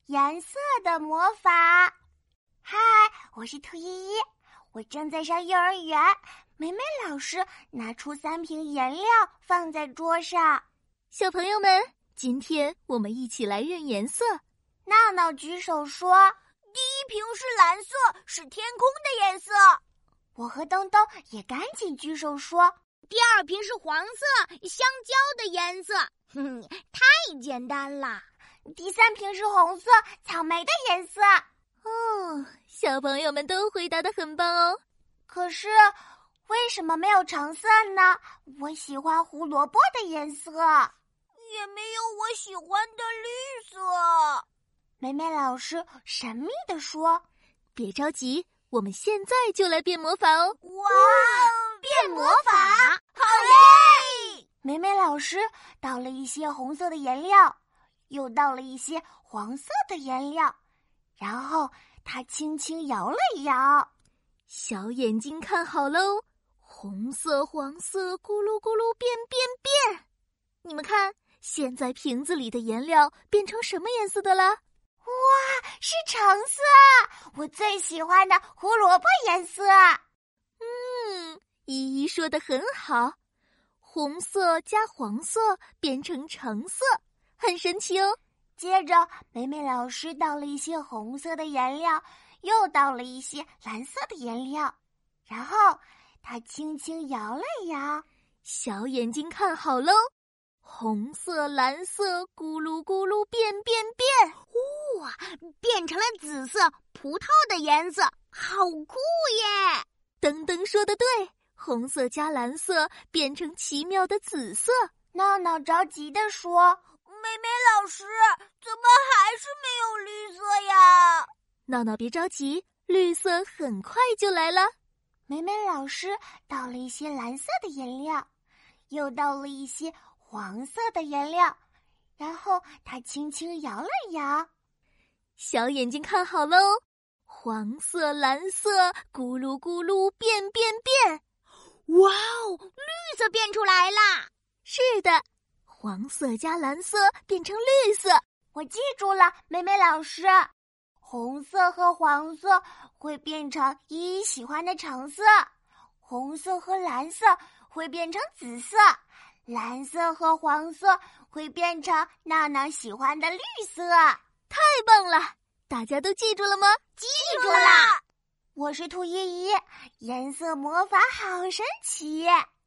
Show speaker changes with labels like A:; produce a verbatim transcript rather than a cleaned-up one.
A: 颜色的魔法。嗨，我是兔依依，我正在上幼儿园。美美老师拿出三瓶颜料放在桌上。
B: 小朋友们，今天我们一起来认颜色。
A: 闹闹举手说，
C: 第一瓶是蓝色，是天空的颜色。
A: 我和东东也赶紧举手说，
C: 第二瓶是黄色，香蕉的颜色。哼，太简单了。
A: 第三瓶是红色，草莓的颜色。
B: 哦，小朋友们都回答得很棒哦。
A: 可是为什么没有橙色呢？我喜欢胡萝卜的颜色。
C: 也没有我喜欢的绿色。
A: 美美老师神秘地说，
B: 别着急，我们现在就来变魔法哦。
C: 哇，变魔法，好耶！
A: 美美老师倒了一些红色的颜料，又倒了一些黄色的颜料，然后她轻轻摇了摇。
B: 小眼睛看好喽，红色黄色咕噜咕噜变变变。你们看，现在瓶子里的颜料变成什么颜色的了？
A: 哇，是橙色，我最喜欢的胡萝卜颜色。
B: 嗯，依依说得很好，红色加黄色变成橙色，很神奇哦。
A: 接着美美老师倒了一些红色的颜料，又倒了一些蓝色的颜料，然后她轻轻摇了摇。
B: 小眼睛看好喽，红色蓝色咕噜咕噜变变变。
C: 哇，变成了紫色葡萄的颜色，好酷耶！
B: 登登说得对，红色加蓝色变成奇妙的紫色。
A: 闹闹着急地说，
C: 美美老师，怎么还是没有绿色呀？
B: 闹闹别着急，绿色很快就来了。
A: 美美老师倒了一些蓝色的颜料，又倒了一些黄色的颜料，然后她轻轻摇了摇。
B: 小眼睛看好喽，黄色蓝色咕噜咕噜变变变。
C: 哇哦，绿色变出来啦！
B: 是的，黄色加蓝色变成绿色。
A: 我记住了，美美老师，红色和黄色会变成依依喜欢的橙色，红色和蓝色会变成紫色，蓝色和黄色会变成闹闹喜欢的绿色。
B: 太棒了，大家都记住了吗？
C: 记住了。
A: 我是兔依依，颜色魔法好神奇。